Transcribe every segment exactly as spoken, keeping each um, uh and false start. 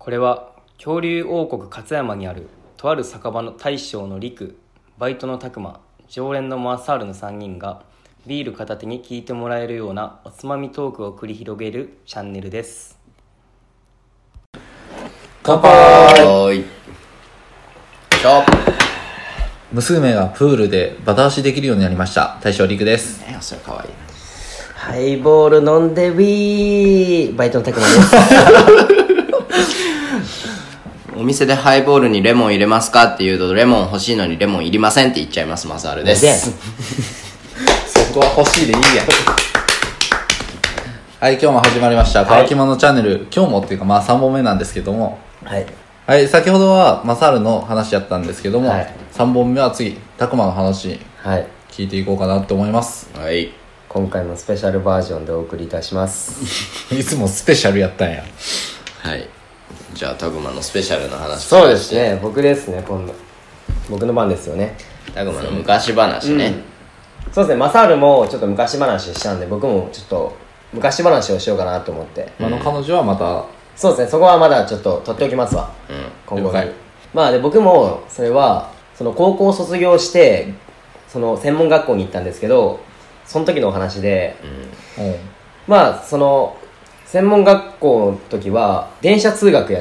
これは恐竜王国勝山にあるとある酒場の大将の陸、バイトの拓磨、常連のマーサールのさんにんがビール片手に聞いてもらえるようなおつまみトークを繰り広げるチャンネルです。 乾杯。 おいしょ。 娘がプールでバタ足できるようになりました。大将陸です。 ね、それかわいい。 ハイボール飲んでウィー、バイトの拓磨です。 お店でハイボールにレモン入れますかって言うと、レモン欲しいのにレモンいりませんって言っちゃいます。マサールです。 そこは欲しいでいいやん。はい、今日も始まりました乾き物チャンネル。今日もっていうかまあさんぼんめなんですけども、 はいはい、先ほどはマサールの話やったんですけども、 はい、 さんぼんめは次拓磨の話聞いていこうかなと思います。 はい、 今回もスペシャルバージョンでお送りいたします。 いつもスペシャルやったんや。 はい、じゃあタグマのスペシャルな話。 そうですね、僕ですね。今度僕の番ですよね。 タグマの昔話ね、 うん、そうですね。マサールもちょっと昔話したんで、僕もちょっと昔話をしようかなと思って、 うん、あの彼女はまたそうですね、そこはまだちょっと取っておきますわ、うん、今後に。まあで僕もそれはその高校を卒業してその専門学校に行ったんですけど、その時のお話で、うん、まあその専門学校の時は電車通学やって、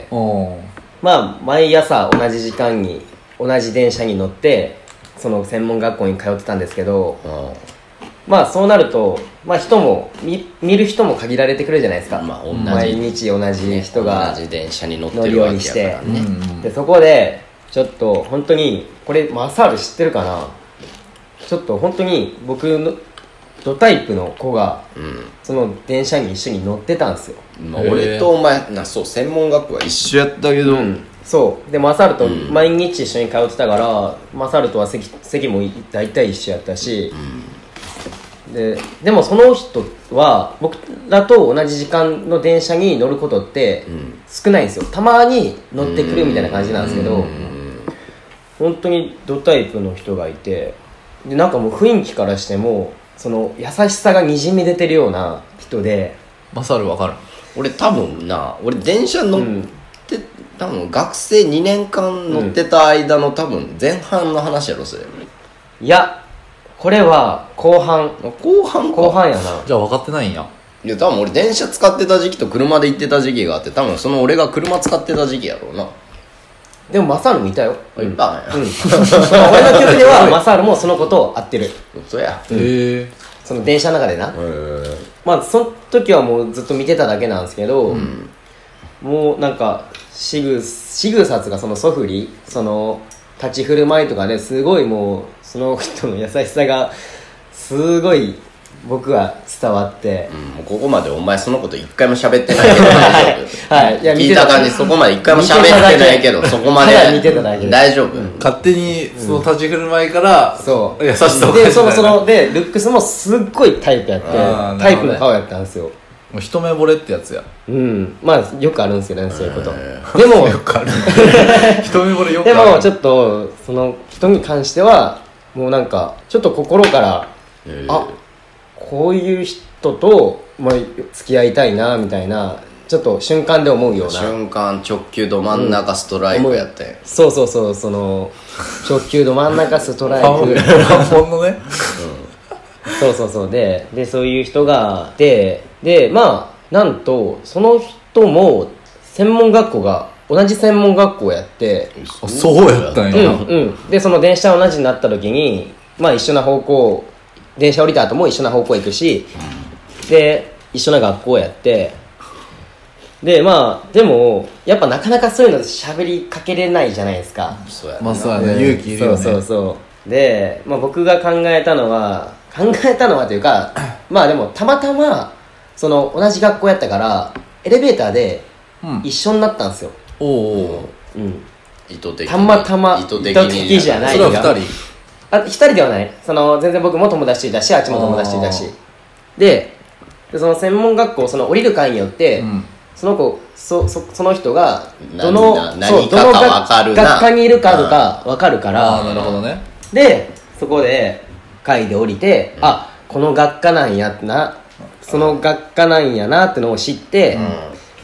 まあ毎朝同じ時間に同じ電車に乗ってその専門学校に通ってたんですけど、まあそうなると、まあ、人も 見, 見る人も限られてくるじゃないですか、まあ、同じ毎日同じ人が同じ電車に乗ってるわけやからね、 乗り降りして、うんうん、でそこでちょっと本当にこれマサール知ってるかな、ちょっと本当に僕のドタイプの子が、うん、その電車に一緒に乗ってたんですよ、 まあ、俺とお前な、そう専門学校は一緒やったけど、うん、 そうでマサルと毎日一緒に通ってたから、うん、マサルとは 席, 席も大体一緒やったし、うん、で, でもその人は僕らと同じ時間の電車に乗ることって少ないんですよ。たまに乗ってくるみたいな感じなんですけど、うん、本当にドタイプの人がいて、でなんかもう雰囲気からしてもその優しさがにじみ出てるような人で。 マサルわかる？ 俺多分な、俺電車乗って、うん、多分学生にねんかん乗ってた間の多分前半の話やろそれ。 いやこれは後半。 後半か。 後半やな。 じゃあ分かってないんや。 いや多分俺電車使ってた時期と車で行ってた時期があって、多分その俺が車使ってた時期やろうな。 でもマサールもいたよ。 いたんや、うん、 俺の記憶ではマサールもそのことを会ってる。 そうや、 うん、へえ。その電車の中でな、へえ。まあその時はもうずっと見てただけなんですけど、うん、もうなんかしぐしぐさつがその素振り、その立ち振る舞いとかね、すごいもうその人の優しさがすごい僕は伝わって、 うん、もうここまでお前そのこと一回も喋ってないけど大丈夫はい、いや聞いた感じそこまで一回も喋ってないけどそこまで見てただけで大丈夫、うん、 勝手にその立ち振る舞いから、うん、 そう優しさをでそのそのでルックスもすっごいタイプやって、タイプの顔やったんですよ。 もう一目惚れってやつや。 うんまあよくあるんですよね、そういうこと。でもよくある一目惚れよくある。 でもちょっとその人に関してはもうなんかちょっと心からあこういう人と、まあ、付き合いたいなみたいなちょっと瞬間で思うような瞬間直球ど真ん中ストライクやって、うん、 そうそうそうその直球ど真ん中ストライク本のね、 うん、そうそうそうででそういう人がででまあなんとその人も専門学校が同じ専門学校やって、 あそうやったんや、 うんうん、でその電車同じになった時にまあ一緒な方向電車降りた後も一緒な方向行くし、うん、で一緒な学校やって、でまあでもやっぱなかなかそういうの喋りかけれないじゃないですか。 そうやまあそうやね、勇気いるよね。 そうそうそうで、まあ、僕が考えたのは考えたのはというかまあでもたまたまその同じ学校やったからエレベーターで一緒になったんですよ、 うん、おお、 うん、 意図的にたまたま意図的に意図的じゃないよ。 それはふたりあ一人ではない。その全然僕も友達いたし、あっちも友達いたしで、でその専門学校その降りる会によって、うん、その子 そ, そ, その人がどの何かか分かるな、 学科にいるかとか分かるから、 あなるほどね。 でそこで会で降りて、うん、あこの学科なんやな、その学科なんやなってのを知って、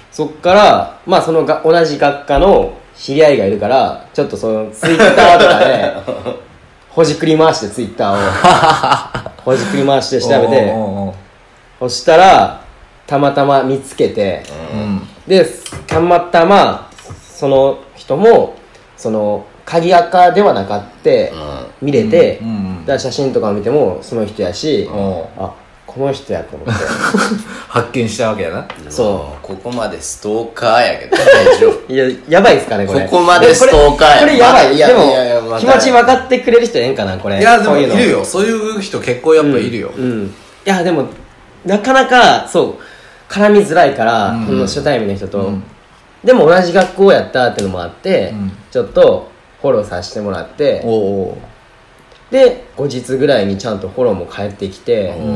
そっからまあそのが同じ学科の知り合いがいるからちょっとそのツイッターとかでほじくり回してツイッターをほじくり回して調べてそしたらたまたま見つけて、うん、でたまたまその人もその鍵垢ではなかって見れて、うんうん、だから写真とか見てもその人やし、うん、あこの人やと思って発見したわけやな。 そうここまでストーカーやけど大丈夫いややばいっすかねこれ。 ここまでストーカーやこれやばい。 いやでもいやいや気持ち分かってくれる人ええんかなこれ。 いやでもいるよそういう人結構やっぱいるよ、 うんうん、いやでもなかなかそう絡みづらいから、うん、この初対面の人と、うん、でも同じ学校やったっていうのもあって、うん、ちょっとフォローさせてもらって、おうおうで後日ぐらいにちゃんとフォローも返ってきて、うん、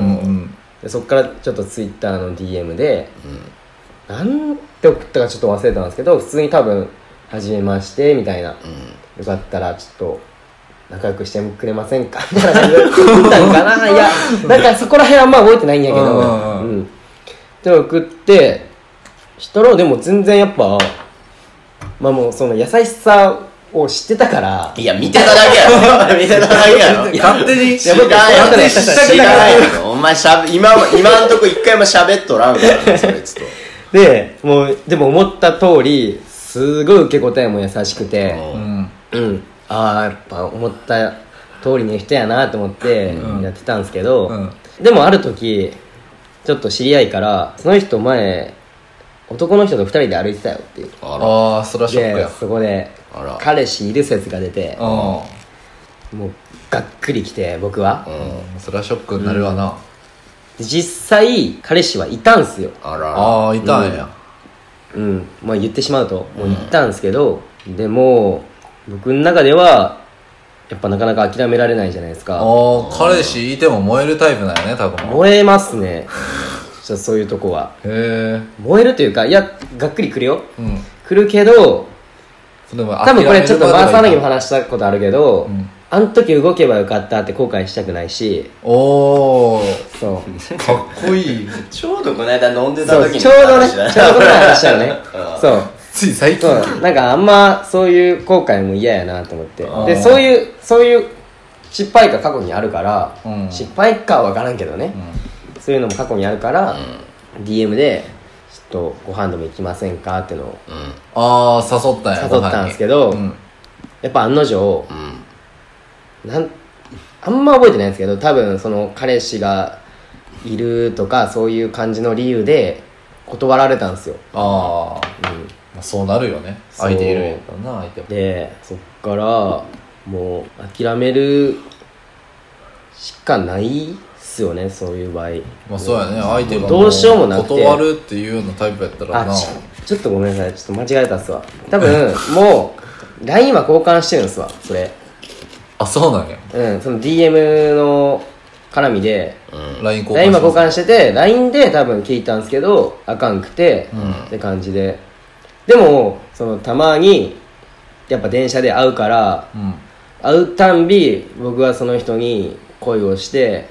でそっからちょっとツイッターの ディーエム で、うん、なんて送ったかちょっと忘れたんですけど普通に多分初めましてみたいな、うん、よかったらちょっと仲良くしてくれませんかみたいな感じで送ったのかないやなんかそこら辺はあんま覚えてないんやけど、うんうん、で送ってしたらでも全然やっぱまあもうその優しさを知ってたからいや見てただけやろ見てただけやろ勝手に知らないよ知らないよお前しゃべ今今んとこ一回も喋っとらんからそれちょっとでもうでも思った通りすごい受け答えも優しくてうんうんああやっぱ思った通りの人やなと思ってやってたんですけど、うんうん、でもある時ちょっと知り合いからその人前男の人とふたりで歩いてたよっていうああそれはショックやでそこで彼氏いる説が出てもうがっくりきて僕は、 うん、それはショックになるわな、 うん、実際彼氏はいたんすよあらああいたんやうん、うん、まあ言ってしまうともういたんすけど、うん、でも僕の中ではやっぱなかなか諦められないじゃないですか。 ああ彼氏いても燃えるタイプなんやね多分。 燃えますねちょっとそういうとこはへえ燃えるというかいやがっくりくるよ、うん、くるけど多分これちょっとマーサーナギも話したことあるけど、うん、あの時動けばよかったって後悔したくないしおーそうかっこいいちょうどこの間飲んでた時にちょうどねちょうどこの話したよねそうつい最近そうなんかあんまそういう後悔も嫌やなと思ってでそういうそういう失敗が過去にあるから、うん、失敗かは分からんけどね、うん、そういうのも過去にあるから、うん、ディーエム でちょっとご飯でも行きませんかっていうのを、うん、 ああ誘ったんや誘ったんですけど、うん、やっぱ案の定、うん、なんあんま覚えてないんですけど多分その彼氏がいるとかそういう感じの理由で断られたんですよああ、うんまあ、そうなるよね相手いるんやからな相手もでそっからもう諦めるしかないっすよねそういう場合まあそうやね相手がどうしようもなくて断るっていうようなタイプやったらなあ ち, ちょっとごめんなさいちょっと間違えたっすわ多分もう ライン は交換してるんですわそれあそうなんやうんその ディーエム の絡みで、 うん、ライン 交換ライン は交換してて ライン で多分聞いたんですけどあかんくて、うん、って感じででもそのたまにやっぱ電車で会うから、うん、会うたんび僕はその人に恋をして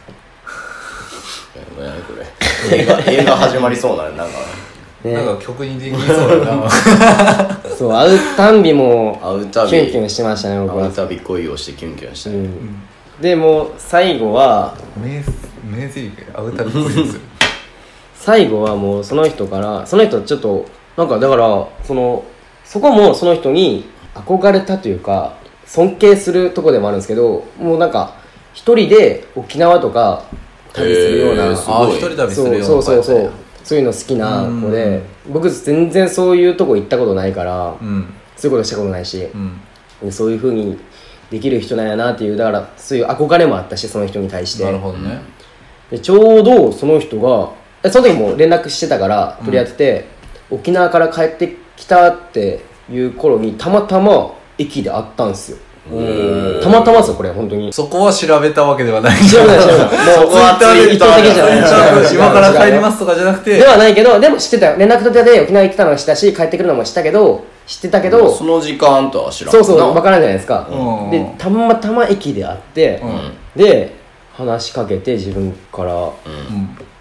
何これ映画映画始まりそうだねなんかねなんか曲にできそうだなそう会うたんびも会うたびキュンキュンしてましたね僕は会うたび恋をしてキュンキュンして、うん、 でも最後は名名台詞会うたび恋する最後はもうその人からその人ちょっとなんかだからそのそこもその人に憧れたというか尊敬するとこでもあるんですけどもうなんか一人で沖縄とか旅するような、えー、 あ一人旅するようなそうそうそうそうそういうの好きな子で僕全然そういうとこ行ったことないから、うん、そういうことしたことないし、うん、そういう風にできる人なんやなっていうだからそういう憧れもあったしその人に対してなるほどねでちょうどその人がその時も連絡してたから取り合ってて、うん、沖縄から帰ってきたっていう頃にたまたま駅で会ったんですよたまたまですよこれ本当にそこは調べたわけではない調べない調べないもうそこはツイッター的じゃない今から帰りますとかじゃなくてではないけどでも知ってたよ連絡取ってで沖縄行ってたのは知ったし帰ってくるのも知ったけど知ってたけどその時間とは知らんそうそう分からんじゃないですか、うん、でたまたま駅で会って、うん、で話しかけて自分から、うん、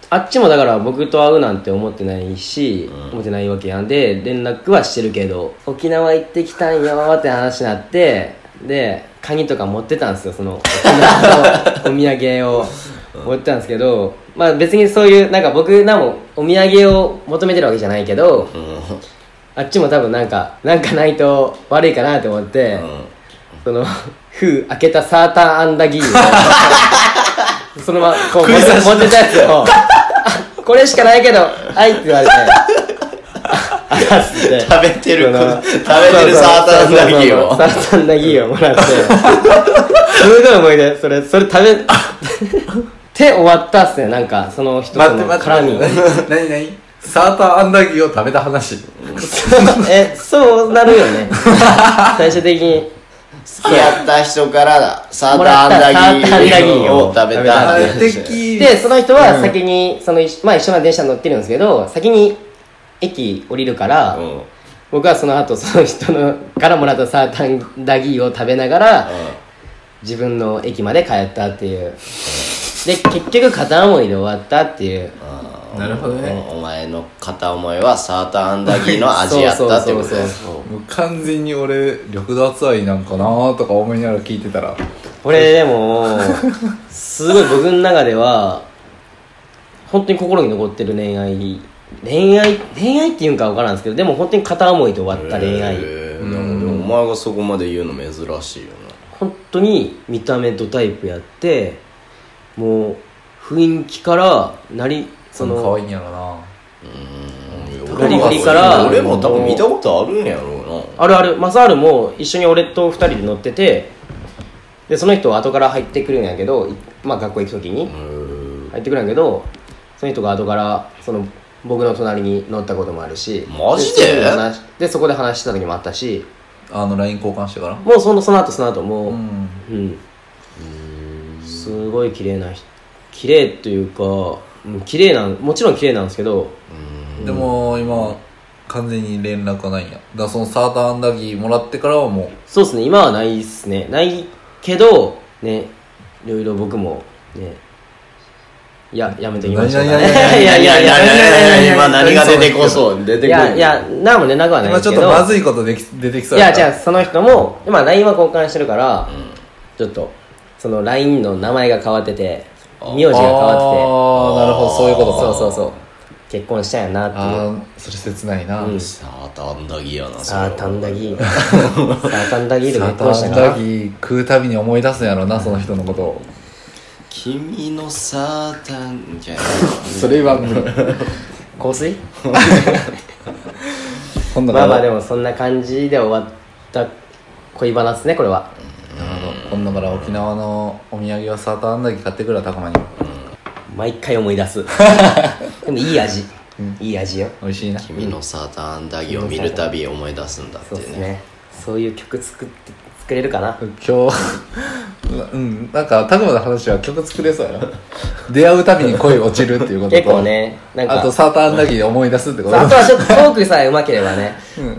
あっちもだから僕と会うなんて思ってないし、うん、思ってないわけやんで連絡はしてるけど沖縄行ってきたんよって話になってで鍵とか持ってたんですよその沖縄のお土産を持ってたんですけどまあ別にそういうなんか僕らもお土産を求めてるわけじゃないけど、うん、あっちも多分なんかなんかないと悪いかなと思って、うん、その封開けたサーターアンダギーをそのままこう持って持ってたやつをこれしかないけどはいって言われてあらっつって食べてる食べてるサーターアンダギーをサーターアンダギーをもらってすごい思い出それそれ食べて終わったっすねなんかその人との絡み何何サーターアンダギーを食べた話えそうなるよね最終的に好きやった人からサーターアンダギーを食べたでその人は先に、うん、そのまあ一緒な電車に乗ってるんですけど先に駅降りるから、うん、僕はその後その人のからもらったサーターアンダギーを食べながら、うん、自分の駅まで帰ったっていうで結局片思いで終わったっていうなるほどねお前の片思いはサーターアンダギーの味やったってことですもう完全に俺緑奪愛なんかなとか思いながら聞いてたら俺でもすごい僕の中では本当に心に残ってる恋愛恋愛恋愛っていうんか分からんですけどでも本当に片思いで終わった恋愛うんお前がそこまで言うの珍しいよな本当に見た目ドタイプやってもう雰囲気からなりその可愛いんやろなうんガリガリから俺も多分見たことあるんやろうなあるあるマサールも一緒に俺とふたりで乗っててでその人は後から入ってくるんやけどまあ学校行く時に入ってくるんやけどその人が後からその僕の隣に乗ったこともあるしマジでで, でそこで話した時もあったしあの ライン 交換してからもうそのその後その後もう、うんうん、すごい綺麗な人綺麗というか綺麗なんもちろん綺麗なんですけどでも今完全に連絡はないんやだからそのサーターアンダギーもらってからはもうそうですね今はないっすねないけどねいろいろ僕もねいややめてきましょうかねいやいやいや今何が出てこそう出てくるいやいや何も連絡はないですけど今ちょっとまずいことでき出てきそうやいやじゃあその人も今 ライン は交換してるから、うん、ちょっとその ライン の名前が変わってて名字が変わっててああなるほどそういうことかそうそうそう結婚したんやなっていうあそれ切ないな、うん、 サーターアンダギーやなサーターアンダギーサーターアンダギーで結婚したかサーターアンダギー食うたびに思い出すんやろなその人のことを君のサーターンじゃないそれは香水まあまあでもそんな感じで終わった恋バナですねこれはなるほど今度から沖縄のお土産はサーターアンダギー買ってくるわたくまに、うん、 毎回思い出すでもいい味、うん、いい味よ美味しいな君のサーターアンダギーを見るたび思い出すんだってねそうですねそういう曲作って作れるかな今日うんなんかたくまの話は曲作れそうやな出会うたびに恋落ちるっていうことと結構ねなんかあとサーターアンダギーで思い出すってことあとはちょっとトークさえ上手ければね、 うんうん、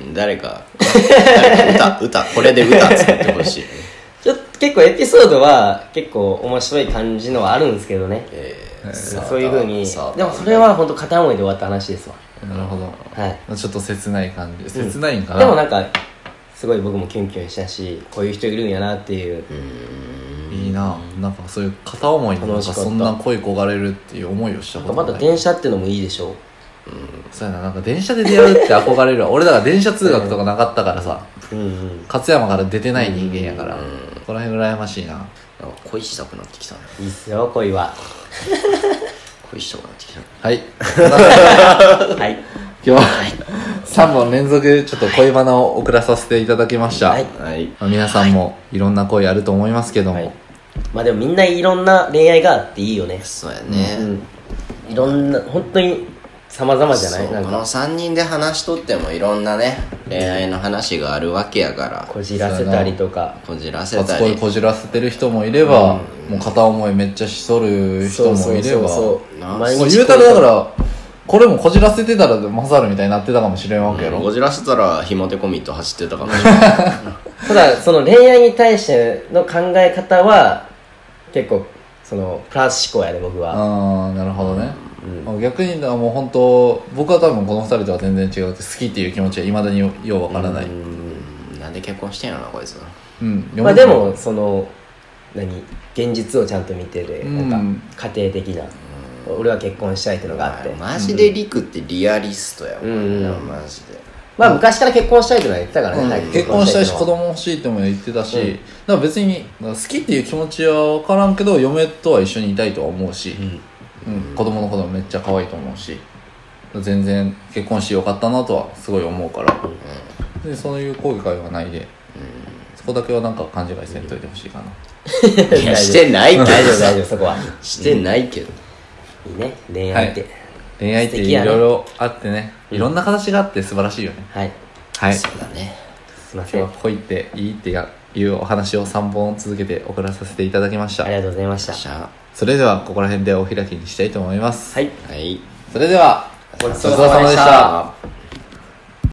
誰か誰か歌歌これで歌作ってほしいちょっと結構エピソードは結構面白い感じのはあるんですけどね、えー、そういう風にでもそれは本当片思いで終わった話ですわなるほど、 はい、 ちょっと切ない感じ切ないんかな、 うん、でもなんかすごい僕もキュンキュンしたしこういう人いるんやなっていういいななんかそういう片思いでなんかそんな恋焦がれるっていう思いをしたことないまた電車ってのもいいでしょうんそうやななんか電車で出会うって憧れるわ俺だから電車通学とかなかったからさ、うんうん、勝山から出てない人間やから、うんうん、この辺羨ましいな恋したくなってきたねいいっすよ恋は恋したくなってきたはいはい今日はさんぼん連続ちょっと恋バナを送らさせていただきました、はいまあ、皆さんもいろんな恋あると思いますけども、はい、 まあでもみんないろんな恋愛があっていいよねそうやね、 うん、いろんな本当に様々じゃないなんかこのさんにんで話しとってもいろんなね恋愛の話があるわけやからこじらせたりとかこじらせたりこじらせてる人もいれば、うん、もう片思いめっちゃしとる人もいればそう毎日言うたらだからこれもこじらせてたらマサルみたいになってたかもしれんわけやろ、うん、 こじらせたらひもてコミット走ってたかもしれないただその恋愛に対しての考え方は結構そのプラス思考やで僕は。 ああなるほどね、うん、逆にもう本当僕は多分このふたりとは全然違うって好きっていう気持ちはいまだにようわからない。 うんなんで結婚してんやろなこいつ。 うんまあでもその何現実をちゃんと見てる、うん、なんか家庭的な、うん、俺は結婚したいっていうのがあって、 マジでリクってリアリストやもん、うん、マジで。 まあ昔から結婚したいってのは言ってたからね、 うん、結婚したいし子供欲しいっても言ってたし、うん、だから別に好きっていう気持ちは分からんけど嫁とは一緒にいたいとは思うし、うんうん、子供のこともめっちゃ可愛いと思うし全然結婚してよかったなとはすごい思うから、うん、でそういう後悔はないで、うん、そこだけはなんか勘違いせんといてほしいかな。 いやしてないけど大丈夫大丈夫そこはしてないけど、 うん、いいね恋愛って、はい、 恋愛っていろいろあってね、いろんな形があって素晴らしいよね。 はいはい、 そうだね。 すいません。 今日は恋っていいっていうお話をさんぼん続けて送らさせていただきました。 ありがとうございました。 それではここら辺でお開きにしたいと思います。 はい、 はい、 それではごちそうさまでした。